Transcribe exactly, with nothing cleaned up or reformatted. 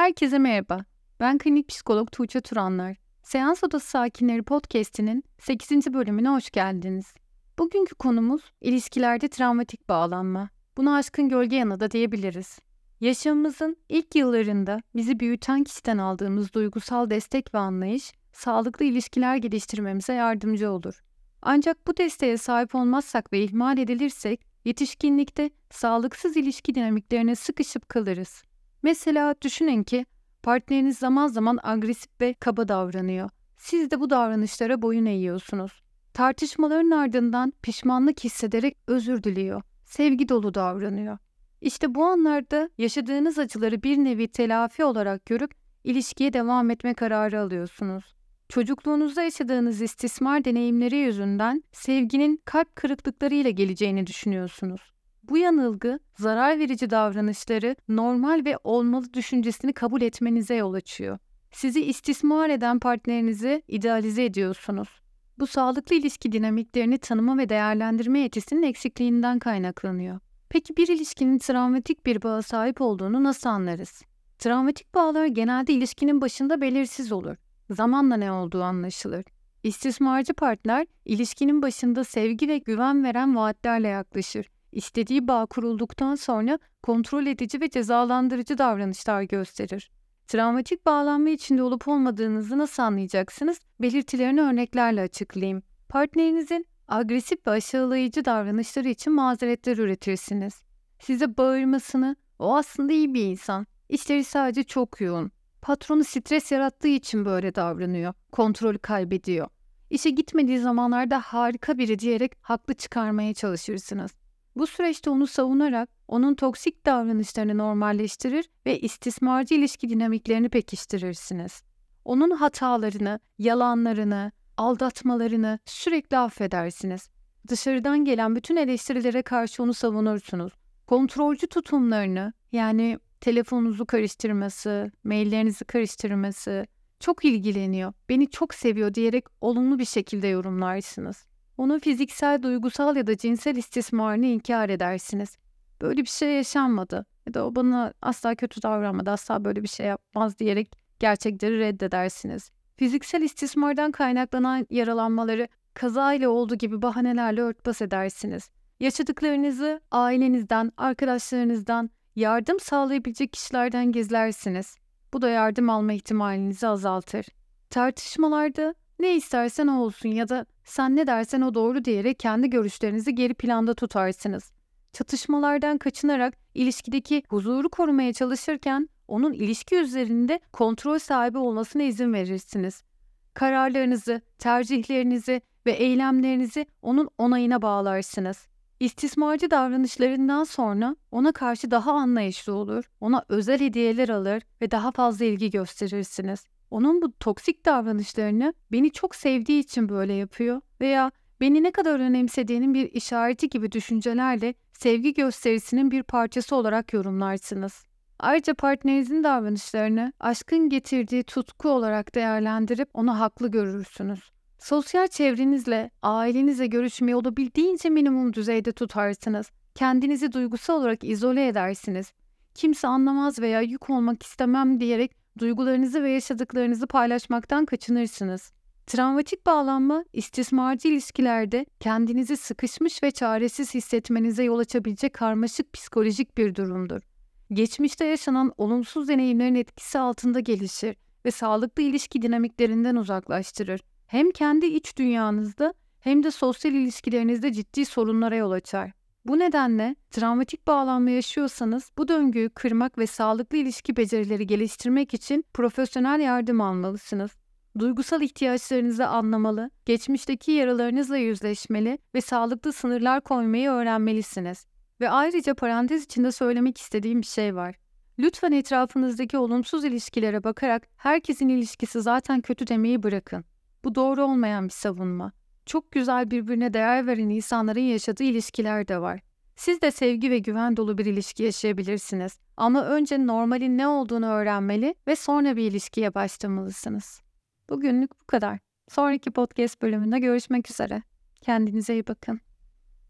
Herkese merhaba. Ben klinik psikolog Tuğçe Turanlar. Seans Odası Sakinleri podcast'inin sekizinci bölümüne hoş geldiniz. Bugünkü konumuz ilişkilerde travmatik bağlanma. Buna aşkın gölge yanı da diyebiliriz. Yaşamımızın ilk yıllarında bizi büyüten kişiden aldığımız duygusal destek ve anlayış, sağlıklı ilişkiler geliştirmemize yardımcı olur. Ancak bu desteğe sahip olmazsak ve ihmal edilirsek, yetişkinlikte sağlıksız ilişki dinamiklerine sıkışıp kalırız. Mesela düşünün ki partneriniz zaman zaman agresif ve kaba davranıyor. Siz de bu davranışlara boyun eğiyorsunuz. Tartışmaların ardından pişmanlık hissederek özür diliyor. Sevgi dolu davranıyor. İşte bu anlarda yaşadığınız acıları bir nevi telafi olarak görüp ilişkiye devam etme kararı alıyorsunuz. Çocukluğunuzda yaşadığınız istismar deneyimleri yüzünden sevginin kalp kırıklıklarıyla geleceğini düşünüyorsunuz. Bu yanılgı, zarar verici davranışları normal ve olmalı düşüncesini kabul etmenize yol açıyor. Sizi istismar eden partnerinizi idealize ediyorsunuz. Bu sağlıklı ilişki dinamiklerini tanıma ve değerlendirme yetisinin eksikliğinden kaynaklanıyor. Peki bir ilişkinin travmatik bir bağa sahip olduğunu nasıl anlarız? Travmatik bağlar genelde ilişkinin başında belirsiz olur. Zamanla ne olduğu anlaşılır. İstismarcı partner, ilişkinin başında sevgi ve güven veren vaatlerle yaklaşır. İstediği bağ kurulduktan sonra kontrol edici ve cezalandırıcı davranışlar gösterir. Travmatik bağlanma içinde olup olmadığınızı nasıl anlayacaksınız? Belirtilerini örneklerle açıklayayım. Partnerinizin agresif ve aşağılayıcı davranışları için mazeretler üretirsiniz. Size bağırmasını, o aslında iyi bir insan, işleri sadece çok yoğun. Patronu stres yarattığı için böyle davranıyor, kontrolü kaybediyor. İşe gitmediği zamanlarda harika biri diyerek haklı çıkarmaya çalışırsınız. Bu süreçte onu savunarak onun toksik davranışlarını normalleştirir ve istismarcı ilişki dinamiklerini pekiştirirsiniz. Onun hatalarını, yalanlarını, aldatmalarını sürekli affedersiniz. Dışarıdan gelen bütün eleştirilere karşı onu savunursunuz. Kontrolcü tutumlarını, yani telefonunuzu karıştırması, maillerinizi karıştırması çok ilgileniyor, beni çok seviyor diyerek olumlu bir şekilde yorumlarsınız. Onun fiziksel, duygusal ya da cinsel istismarını inkar edersiniz. Böyle bir şey yaşanmadı ya da o bana asla kötü davranmadı, asla böyle bir şey yapmaz diyerek gerçekleri reddedersiniz. Fiziksel istismardan kaynaklanan yaralanmaları kazayla olduğu gibi bahanelerle örtbas edersiniz. Yaşadıklarınızı ailenizden, arkadaşlarınızdan, yardım sağlayabilecek kişilerden gizlersiniz. Bu da yardım alma ihtimalinizi azaltır. Tartışmalarda ne istersen o olsun ya da sen ne dersen o doğru diyerek kendi görüşlerinizi geri planda tutarsınız. Çatışmalardan kaçınarak ilişkideki huzuru korumaya çalışırken onun ilişki üzerinde kontrol sahibi olmasına izin verirsiniz. Kararlarınızı, tercihlerinizi ve eylemlerinizi onun onayına bağlarsınız. İstismarcı davranışlarından sonra ona karşı daha anlayışlı olur, ona özel hediyeler alır ve daha fazla ilgi gösterirsiniz. Onun bu toksik davranışlarını beni çok sevdiği için böyle yapıyor veya beni ne kadar önemsediğinin bir işareti gibi düşüncelerle sevgi gösterisinin bir parçası olarak yorumlarsınız. Ayrıca partnerinizin davranışlarını aşkın getirdiği tutku olarak değerlendirip onu haklı görürsünüz. Sosyal çevrenizle, ailenizle görüşmeyi olabildiğince minimum düzeyde tutarsınız. Kendinizi duygusal olarak izole edersiniz. Kimse anlamaz veya yük olmak istemem diyerek duygularınızı ve yaşadıklarınızı paylaşmaktan kaçınırsınız. Travmatik bağlanma, istismarcı ilişkilerde kendinizi sıkışmış ve çaresiz hissetmenize yol açabilecek karmaşık psikolojik bir durumdur. Geçmişte yaşanan olumsuz deneyimlerin etkisi altında gelişir ve sağlıklı ilişki dinamiklerinden uzaklaştırır. Hem kendi iç dünyanızda hem de sosyal ilişkilerinizde ciddi sorunlara yol açar. Bu nedenle travmatik bağlanma yaşıyorsanız bu döngüyü kırmak ve sağlıklı ilişki becerileri geliştirmek için profesyonel yardım almalısınız. Duygusal ihtiyaçlarınızı anlamalı, geçmişteki yaralarınızla yüzleşmeli ve sağlıklı sınırlar koymayı öğrenmelisiniz. Ve ayrıca parantez içinde söylemek istediğim bir şey var. Lütfen etrafınızdaki olumsuz ilişkilere bakarak herkesin ilişkisi zaten kötü demeyi bırakın. Bu doğru olmayan bir savunma. Çok güzel birbirine değer veren insanların yaşadığı ilişkiler de var. Siz de sevgi ve güven dolu bir ilişki yaşayabilirsiniz. Ama önce normalin ne olduğunu öğrenmeli ve sonra bir ilişkiye başlamalısınız. Bugünlük bu kadar. Sonraki podcast bölümünde görüşmek üzere. Kendinize iyi bakın.